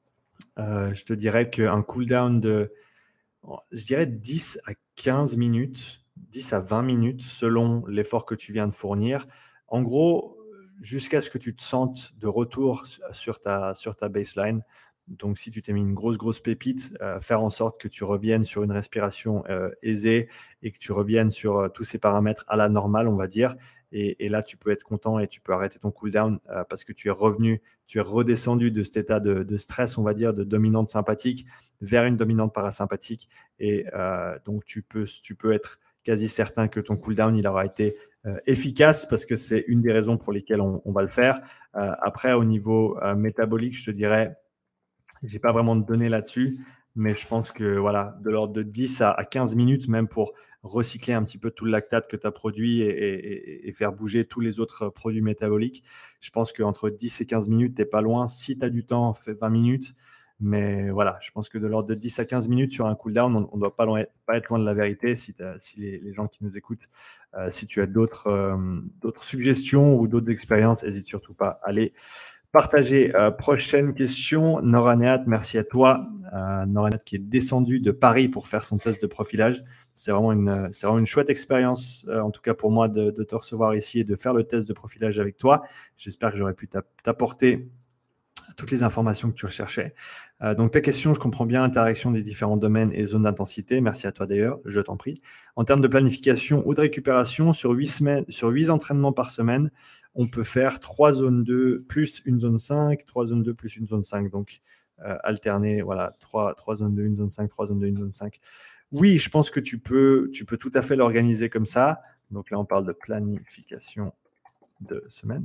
euh, je te dirais qu'un cooldown de, je dirais dix à quinze minutes, dix à vingt minutes selon l'effort que tu viens de fournir. En gros, jusqu'à ce que tu te sentes de retour sur ta, sur ta baseline. Donc, si tu t'es mis une grosse, grosse pépite, euh, faire en sorte que tu reviennes sur une respiration euh, aisée et que tu reviennes sur euh, tous ces paramètres à la normale, on va dire. Et, et là, tu peux être content et tu peux arrêter ton cooldown euh, parce que tu es revenu, tu es redescendu de cet état de, de stress, on va dire, de dominante sympathique vers une dominante parasympathique. Et euh, donc, tu peux, tu peux être quasi certain que ton cooldown, il aura été euh, efficace parce que c'est une des raisons pour lesquelles on, on va le faire. Euh, après, au niveau euh, métabolique, je te dirais, je n'ai pas vraiment de données là-dessus, mais je pense que voilà, de l'ordre de dix à quinze minutes, même pour recycler un petit peu tout le lactate que tu as produit et, et, et faire bouger tous les autres produits métaboliques. Je pense qu'entre dix et quinze minutes, tu n'es pas loin. Si tu as du temps, fais vingt minutes. Mais voilà, je pense que de l'ordre de dix à quinze minutes sur un cooldown, on ne doit pas, loin, pas être loin de la vérité. Si, si les, les gens qui nous écoutent, euh, si tu as d'autres euh, d'autres suggestions ou d'autres expériences, n'hésite surtout pas à les partager. Euh, prochaine question, Noranéat, merci à toi. Euh, Noranéat qui est descendu de Paris pour faire son test de profilage. C'est vraiment une, c'est vraiment une chouette expérience, euh, en tout cas pour moi, de, de te recevoir ici et de faire le test de profilage avec toi. J'espère que j'aurais pu t'apporter toutes les informations que tu recherchais. Euh, donc, ta question, je comprends bien, interaction des différents domaines et zones d'intensité. Merci à toi d'ailleurs, je t'en prie. En termes de planification ou de récupération, sur huit semaines, sur huit entraînements par semaine, on peut faire trois zones deux plus une zone cinq, trois zones deux plus une zone cinq. Donc, euh, alterner, voilà, trois, trois zones deux, une zone cinq, trois zones deux, une zone cinq. Oui, je pense que tu peux, tu peux tout à fait l'organiser comme ça. Donc là, on parle de planification de semaine.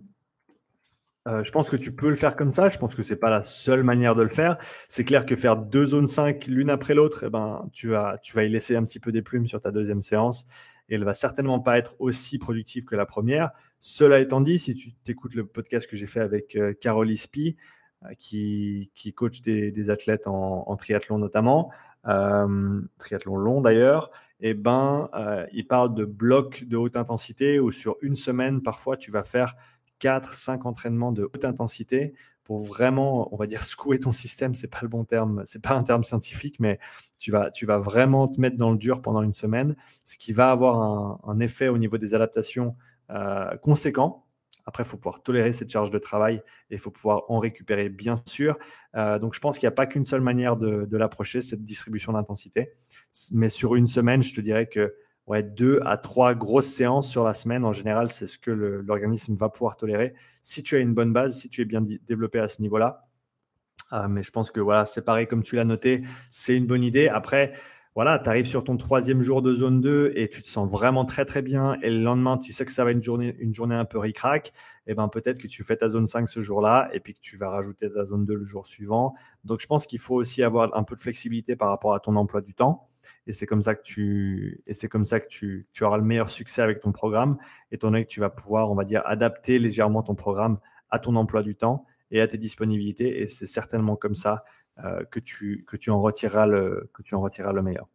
Euh, je pense que tu peux le faire comme ça. Je pense que ce n'est pas la seule manière de le faire. C'est clair que faire deux zones cinq l'une après l'autre, eh ben, tu, vas, tu vas y laisser un petit peu des plumes sur ta deuxième séance et elle ne va certainement pas être aussi productive que la première. Cela étant dit, si tu t'écoutes le podcast que j'ai fait avec euh, Carole Ispi, euh, qui, qui coach des, des athlètes en, en triathlon notamment, euh, triathlon long d'ailleurs, eh ben, euh, il parle de blocs de haute intensité où sur une semaine, parfois, tu vas faire quatre cinq entraînements de haute intensité pour vraiment, on va dire, secouer ton système. Ce n'est pas le bon terme, ce n'est pas un terme scientifique, mais tu vas, tu vas vraiment te mettre dans le dur pendant une semaine, ce qui va avoir un, un effet au niveau des adaptations euh, conséquent. Après, il faut pouvoir tolérer cette charge de travail et il faut pouvoir en récupérer, bien sûr. Euh, donc, je pense qu'il n'y a pas qu'une seule manière de, de l'approcher, cette distribution d'intensité. Mais sur une semaine, je te dirais que ouais, deux à trois grosses séances sur la semaine, en général, c'est ce que le, l'organisme va pouvoir tolérer. Si tu as une bonne base, si tu es bien développé à ce niveau-là. Euh, mais je pense que voilà, c'est pareil comme tu l'as noté, c'est une bonne idée. Après, voilà, tu arrives sur ton troisième jour de zone deux et tu te sens vraiment très très bien. Et le lendemain, tu sais que ça va être une journée, une journée un peu ric-rac. Et ben peut-être que tu fais ta zone cinq ce jour-là et puis que tu vas rajouter ta zone deux le jour suivant. Donc je pense qu'il faut aussi avoir un peu de flexibilité par rapport à ton emploi du temps. Et c'est comme ça que tu, et c'est comme ça que tu, tu auras le meilleur succès avec ton programme, étant donné que tu vas pouvoir, on va dire, adapter légèrement ton programme à ton emploi du temps et à tes disponibilités. Et c'est certainement comme ça euh, que, tu, que, tu en retireras le, que tu en retireras le meilleur.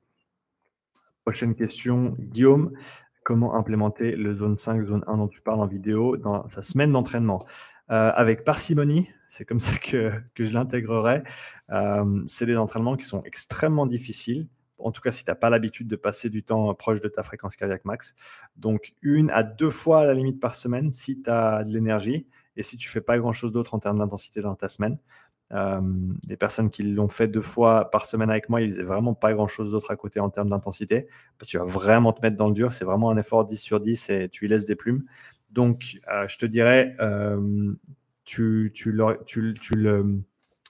Prochaine question, Guillaume. Comment implémenter le zone cinq, zone un dont tu parles en vidéo dans sa semaine d'entraînement euh, avec parcimonie, c'est comme ça que, que je l'intégrerai. Euh, c'est des entraînements qui sont extrêmement difficiles. En tout cas, si tu n'as pas l'habitude de passer du temps proche de ta fréquence cardiaque max. Donc, une à deux fois à la limite par semaine si tu as de l'énergie et si tu ne fais pas grand-chose d'autre en termes d'intensité dans ta semaine. Euh, les personnes qui l'ont fait deux fois par semaine avec moi, ils faisaient vraiment pas grand-chose d'autre à côté en termes d'intensité parce que tu vas vraiment te mettre dans le dur. C'est vraiment un effort dix sur dix et tu y laisses des plumes. Donc, euh, je te dirais, euh, tu, tu, le, tu, tu le,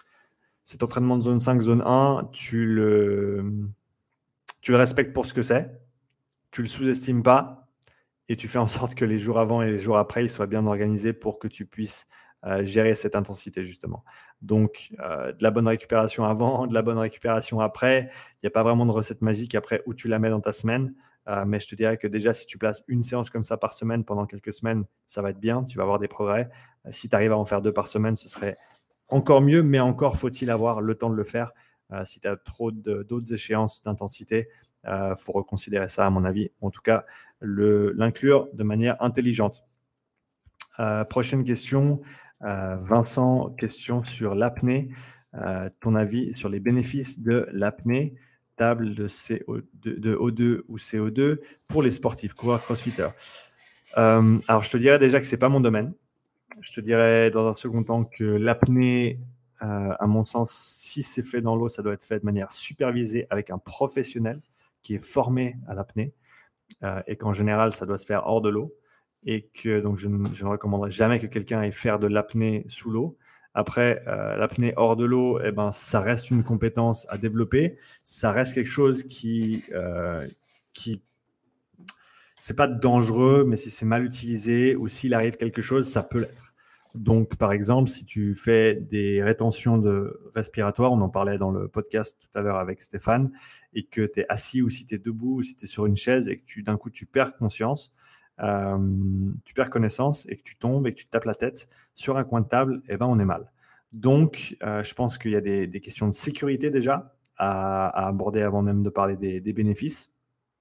cet entraînement de zone cinq, zone un, tu le, tu le respectes pour ce que c'est, tu le sous-estimes pas et tu fais en sorte que les jours avant et les jours après, ils soient bien organisés pour que tu puisses euh, gérer cette intensité justement. Donc, euh, de la bonne récupération avant, de la bonne récupération après. Il n'y a pas vraiment de recette magique après où tu la mets dans ta semaine. Euh, mais je te dirais que déjà, si tu places une séance comme ça par semaine pendant quelques semaines, ça va être bien. Tu vas avoir des progrès. Euh, si tu arrives à en faire deux par semaine, ce serait encore mieux. Mais encore faut-il avoir le temps de le faire. Euh, si tu as trop de, d'autres échéances d'intensité, il euh, faut reconsidérer ça, à mon avis. En tout cas, le, l'inclure de manière intelligente. Euh, prochaine question. Euh, Vincent, question sur l'apnée. Euh, ton avis sur les bénéfices de l'apnée, table de, C O deux, de O deux ou C O deux pour les sportifs, coureurs crossfitters. Euh, alors, je te dirais déjà que ce n'est pas mon domaine. Je te dirais dans un second temps que l'apnée, euh, à mon sens, si c'est fait dans l'eau, ça doit être fait de manière supervisée avec un professionnel qui est formé à l'apnée euh, et qu'en général, ça doit se faire hors de l'eau. Et que donc je ne, je ne recommanderais jamais que quelqu'un aille faire de l'apnée sous l'eau. Après, euh, l'apnée hors de l'eau, eh ben, ça reste une compétence à développer. Ça reste quelque chose qui, euh, qui c'est pas dangereux, mais si c'est mal utilisé ou s'il arrive quelque chose, ça peut l'être. Donc, par exemple, si tu fais des rétentions de respiratoires, on en parlait dans le podcast tout à l'heure avec Stéphane, et que tu es assis ou si tu es debout ou si tu es sur une chaise et que tu, d'un coup tu perds conscience, euh, tu perds connaissance et que tu tombes et que tu te tapes la tête sur un coin de table, eh ben, on est mal. Donc, euh, je pense qu'il y a des, des questions de sécurité déjà à, à aborder avant même de parler des, des bénéfices.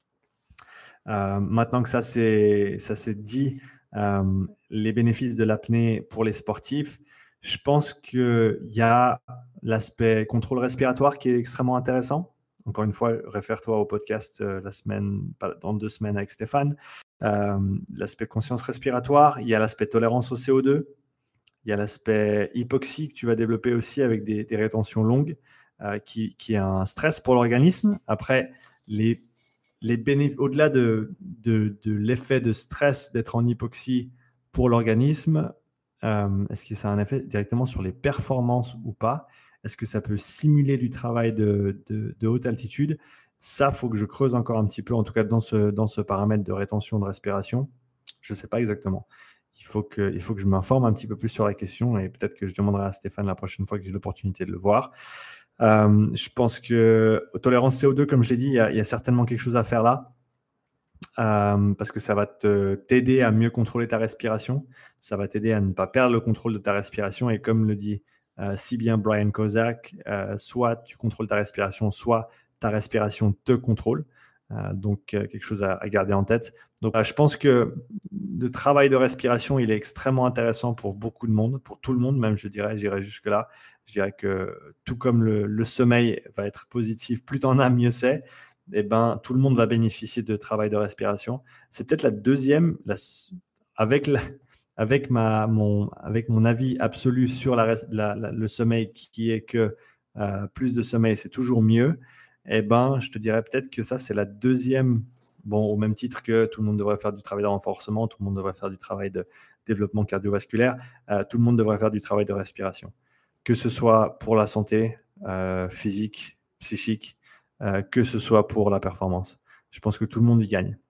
Euh, maintenant que ça c'est ça c'est dit, euh, les bénéfices de l'apnée pour les sportifs, je pense qu'il y a l'aspect contrôle respiratoire qui est extrêmement intéressant. Encore une fois, réfère-toi au podcast euh, la semaine, pas- dans deux semaines avec Stéphane. Euh, l'aspect conscience respiratoire, il y a l'aspect tolérance au C O deux, il y a l'aspect hypoxie que tu vas développer aussi avec des, des rétentions longues, euh, qui, qui est un stress pour l'organisme. Après, les les bénéf- au-delà de, de, de l'effet de stress d'être en hypoxie pour l'organisme, euh, est-ce que ça a un effet directement sur les performances ou pas? Est-ce que ça peut simuler du travail de, de, de haute altitude? Ça, il faut que je creuse encore un petit peu, en tout cas dans ce, dans ce paramètre de rétention de respiration. Je ne sais pas exactement. Il faut, que, il faut que je m'informe un petit peu plus sur la question et peut-être que je demanderai à Stéphane la prochaine fois que j'ai l'opportunité de le voir. Euh, je pense que tolérance C O deux, comme je l'ai dit, il y, a, il y a certainement quelque chose à faire là, euh, parce que ça va te, t'aider à mieux contrôler ta respiration. Ça va t'aider à ne pas perdre le contrôle de ta respiration. Et comme le dit euh, si bien Brian Kozak, euh, soit tu contrôles ta respiration, soit ta respiration te contrôle. Euh, donc, euh, quelque chose à, à garder en tête. Donc, euh, je pense que le travail de respiration, il est extrêmement intéressant pour beaucoup de monde, pour tout le monde même, je dirais, j'irais jusque-là. Je dirais que tout comme le, le sommeil va être positif, plus t'en as, mieux c'est. Eh ben, tout le monde va bénéficier de travail de respiration. C'est peut-être la deuxième, la, avec, la, avec, ma, mon, avec mon avis absolu sur la, la, la, le sommeil, qui est que euh, plus de sommeil, c'est toujours mieux. Eh ben, je te dirais peut-être que ça, c'est la deuxième, bon, au même titre que tout le monde devrait faire du travail de renforcement, tout le monde devrait faire du travail de développement cardiovasculaire, euh, tout le monde devrait faire du travail de respiration. Que ce soit pour la santé euh, physique, psychique, euh, que ce soit pour la performance. Je pense que tout le monde y gagne.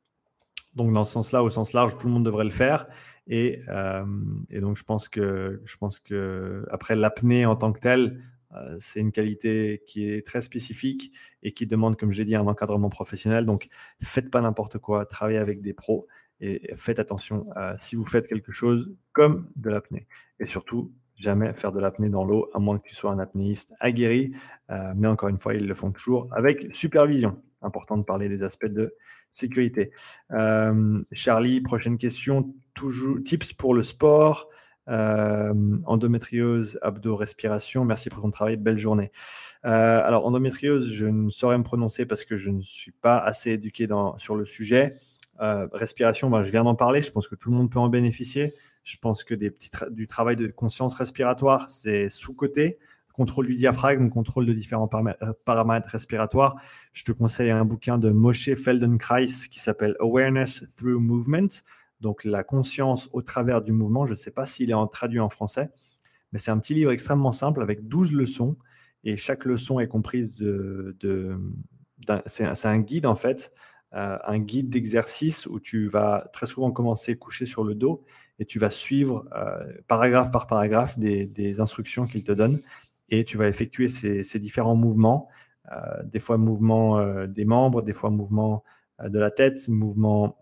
Donc, dans ce sens-là, au sens large, tout le monde devrait le faire. Et, euh, et donc, je pense que, je pense que après l'apnée en tant que telle, euh, c'est une qualité qui est très spécifique et qui demande, comme je l'ai dit, un encadrement professionnel. Donc, faites pas n'importe quoi, travaillez avec des pros et faites attention euh, si vous faites quelque chose comme de l'apnée. Et surtout, jamais faire de l'apnée dans l'eau, à moins que tu sois un apnéiste aguerri. Euh, mais encore une fois, ils le font toujours avec supervision. Important de parler des aspects de sécurité. Euh, Charlie, prochaine question. Toujours, tips pour le sport, euh, endométriose, abdos, respiration. Merci pour ton travail. Belle journée. Euh, alors, endométriose, je ne saurais me prononcer parce que je ne suis pas assez éduqué dans, sur le sujet. Euh, respiration, ben, je viens d'en parler. Je pense que tout le monde peut en bénéficier. Je pense que des petits tra- du travail de conscience respiratoire, c'est sous-coté. Contrôle du diaphragme, contrôle de différents paramètres respiratoires. Je te conseille un bouquin de Moshe Feldenkrais qui s'appelle Awareness Through Movement, donc la conscience au travers du mouvement. Je ne sais pas s'il est en, traduit en français, mais c'est un petit livre extrêmement simple avec douze leçons et chaque leçon est comprise de... de c'est un, un guide en fait, euh, un guide d'exercice où tu vas très souvent commencer couché sur le dos et tu vas suivre euh, paragraphe par paragraphe des, des instructions qu'il te donne et tu vas effectuer ces, ces différents mouvements, euh, des fois mouvements euh, des membres, des fois mouvements euh, de la tête, mouvements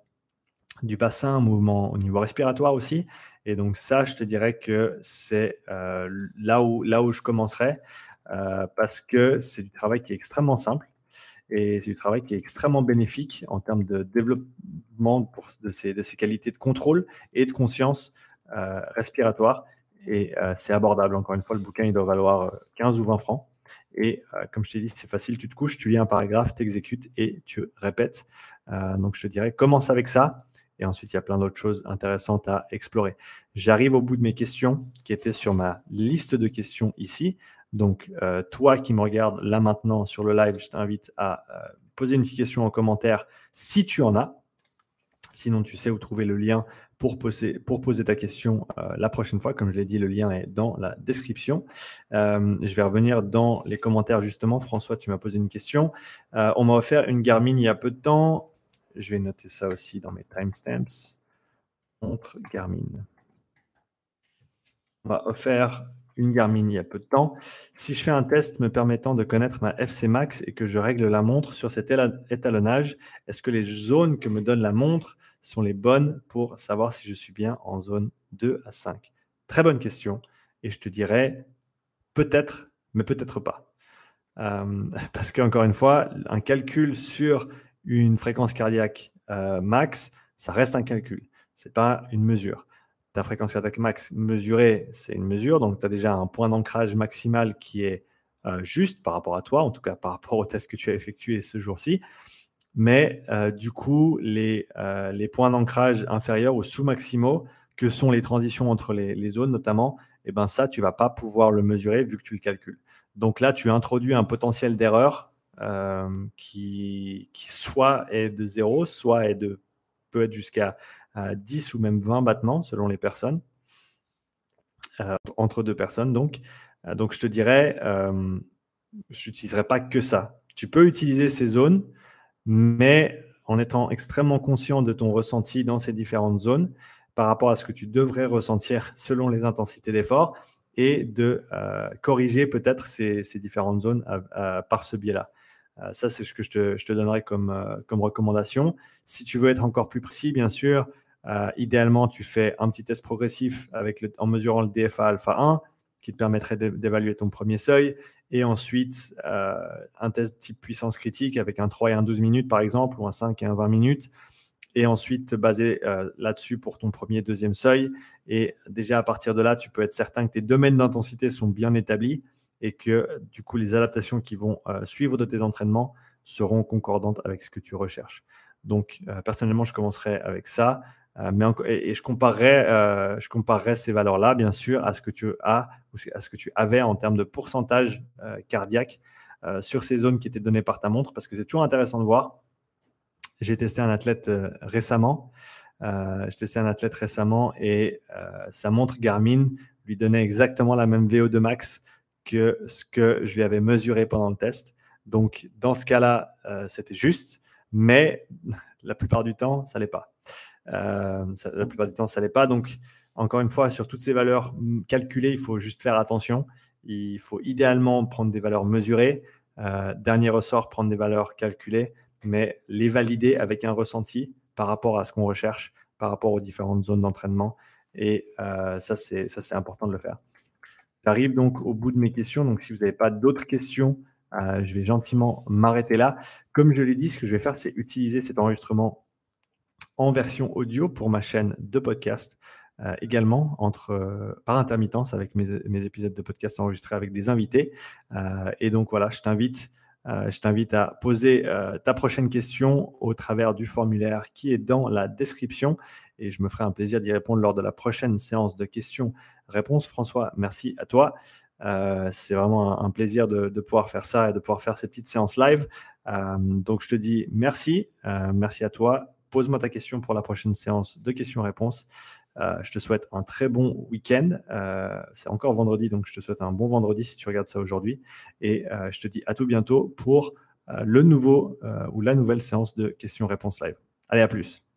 du bassin, mouvements au niveau respiratoire aussi. Et donc ça, je te dirais que c'est euh, là, où, là où je commencerai euh, parce que c'est du travail qui est extrêmement simple et c'est du travail qui est extrêmement bénéfique en termes de développement pour, de, ces, de ces qualités de contrôle et de conscience euh, respiratoire. Et euh, c'est abordable. Encore une fois, le bouquin, il doit valoir quinze ou vingt francs. Et euh, comme je t'ai dit, c'est facile. Tu te couches, tu lis un paragraphe, tu exécutes et tu répètes. Euh, donc, je te dirais, commence avec ça. Et ensuite, il y a plein d'autres choses intéressantes à explorer. J'arrive au bout de mes questions qui étaient sur ma liste de questions ici. Donc, euh, toi qui me regardes là maintenant sur le live, je t'invite à euh, poser une petite question en commentaire si tu en as. Sinon, tu sais où trouver le lien pour poser, pour poser ta question euh, la prochaine fois. Comme je l'ai dit, le lien est dans la description. Euh, je vais revenir dans les commentaires justement. François, tu m'as posé une question. Euh, on m'a offert une Garmin il y a peu de temps. Je vais noter ça aussi dans mes timestamps. Montre Garmin. On m'a offert une Garmin il y a peu de temps. Si je fais un test me permettant de connaître ma F C max et que je règle la montre sur cet étalonnage, est-ce que les zones que me donne la montre sont les bonnes pour savoir si je suis bien en zone deux à cinq? Très bonne question. et je te dirais peut-être, mais peut-être pas. Euh, parce qu'encore une fois, un calcul sur une fréquence cardiaque euh, max, ça reste un calcul, ce n'est pas une mesure. Ta fréquence cardiaque max mesurée, c'est une mesure, donc tu as déjà un point d'ancrage maximal qui est euh, juste par rapport à toi, en tout cas par rapport au test que tu as effectué ce jour-ci. Mais euh, du coup, les, euh, les points d'ancrage inférieurs ou sous-maximaux, que sont les transitions entre les, les zones notamment, eh ben ça, tu ne vas pas pouvoir le mesurer vu que tu le calcules. Donc là, tu introduis un potentiel d'erreur euh, qui, qui soit est de zéro, soit est de, peut être jusqu'à euh, dix ou même vingt battements selon les personnes, euh, entre deux personnes. Donc, euh, donc je te dirais, euh, je n'utiliserai pas que ça. Tu peux utiliser ces zones, mais en étant extrêmement conscient de ton ressenti dans ces différentes zones par rapport à ce que tu devrais ressentir selon les intensités d'effort et de euh, corriger peut-être ces, ces différentes zones euh, euh, par ce biais-là. Euh, ça, c'est ce que je te, je te donnerai comme, euh, comme recommandation. Si tu veux être encore plus précis, bien sûr, euh, idéalement, tu fais un petit test progressif avec le, en mesurant le D F A alpha un qui te permettrait d'évaluer ton premier seuil. Et ensuite, euh, un test type puissance critique avec un trois et un douze minutes, par exemple, ou un cinq et un vingt minutes. Et ensuite, te baser euh, là-dessus pour ton premier, deuxième seuil. Et déjà, à partir de là, tu peux être certain que tes domaines d'intensité sont bien établis et que, du coup, les adaptations qui vont euh, suivre de tes entraînements seront concordantes avec ce que tu recherches. Donc, euh, personnellement, je commencerai avec ça. Euh, mais en, et, et je comparerai, euh, je comparerai ces valeurs-là, bien sûr, à ce que tu as ou à ce que tu avais en termes de pourcentage euh, cardiaque euh, sur ces zones qui étaient données par ta montre, parce que c'est toujours intéressant de voir. J'ai testé un athlète euh, récemment. Euh, j'ai testé un athlète récemment et euh, sa montre Garmin lui donnait exactement la même V O deux max que ce que je lui avais mesuré pendant le test. Donc, dans ce cas-là, euh, c'était juste, mais la plupart du temps, ça ne l'est pas. Euh, ça, la plupart du temps, ça ne l'est pas. Donc, encore une fois, sur toutes ces valeurs calculées, il faut juste faire attention. Il faut idéalement prendre des valeurs mesurées. Euh, dernier ressort, prendre des valeurs calculées, mais les valider avec un ressenti par rapport à ce qu'on recherche, par rapport aux différentes zones d'entraînement. Et euh, ça, c'est, ça, c'est important de le faire. J'arrive donc au bout de mes questions. Donc, si vous n'avez pas d'autres questions, euh, je vais gentiment m'arrêter là. Comme je l'ai dit, ce que je vais faire, c'est utiliser cet enregistrement en version audio pour ma chaîne de podcast, euh, également entre, euh, par intermittence avec mes, mes épisodes de podcast enregistrés avec des invités. Euh, et donc voilà, je t'invite, euh, je t'invite à poser euh, ta prochaine question au travers du formulaire qui est dans la description et je me ferai un plaisir d'y répondre lors de la prochaine séance de questions-réponses. François, merci à toi. Euh, c'est vraiment un, un plaisir de, de pouvoir faire ça et de pouvoir faire ces petites séances live. Euh, donc je te dis merci, euh, merci à toi. Pose-moi ta question pour la prochaine séance de questions-réponses. Euh, je te souhaite un très bon week-end. Euh, c'est encore vendredi, donc je te souhaite un bon vendredi si tu regardes ça aujourd'hui. Et euh, je te dis à tout bientôt pour euh, le nouveau euh, ou la nouvelle séance de questions-réponses live. Allez, à plus.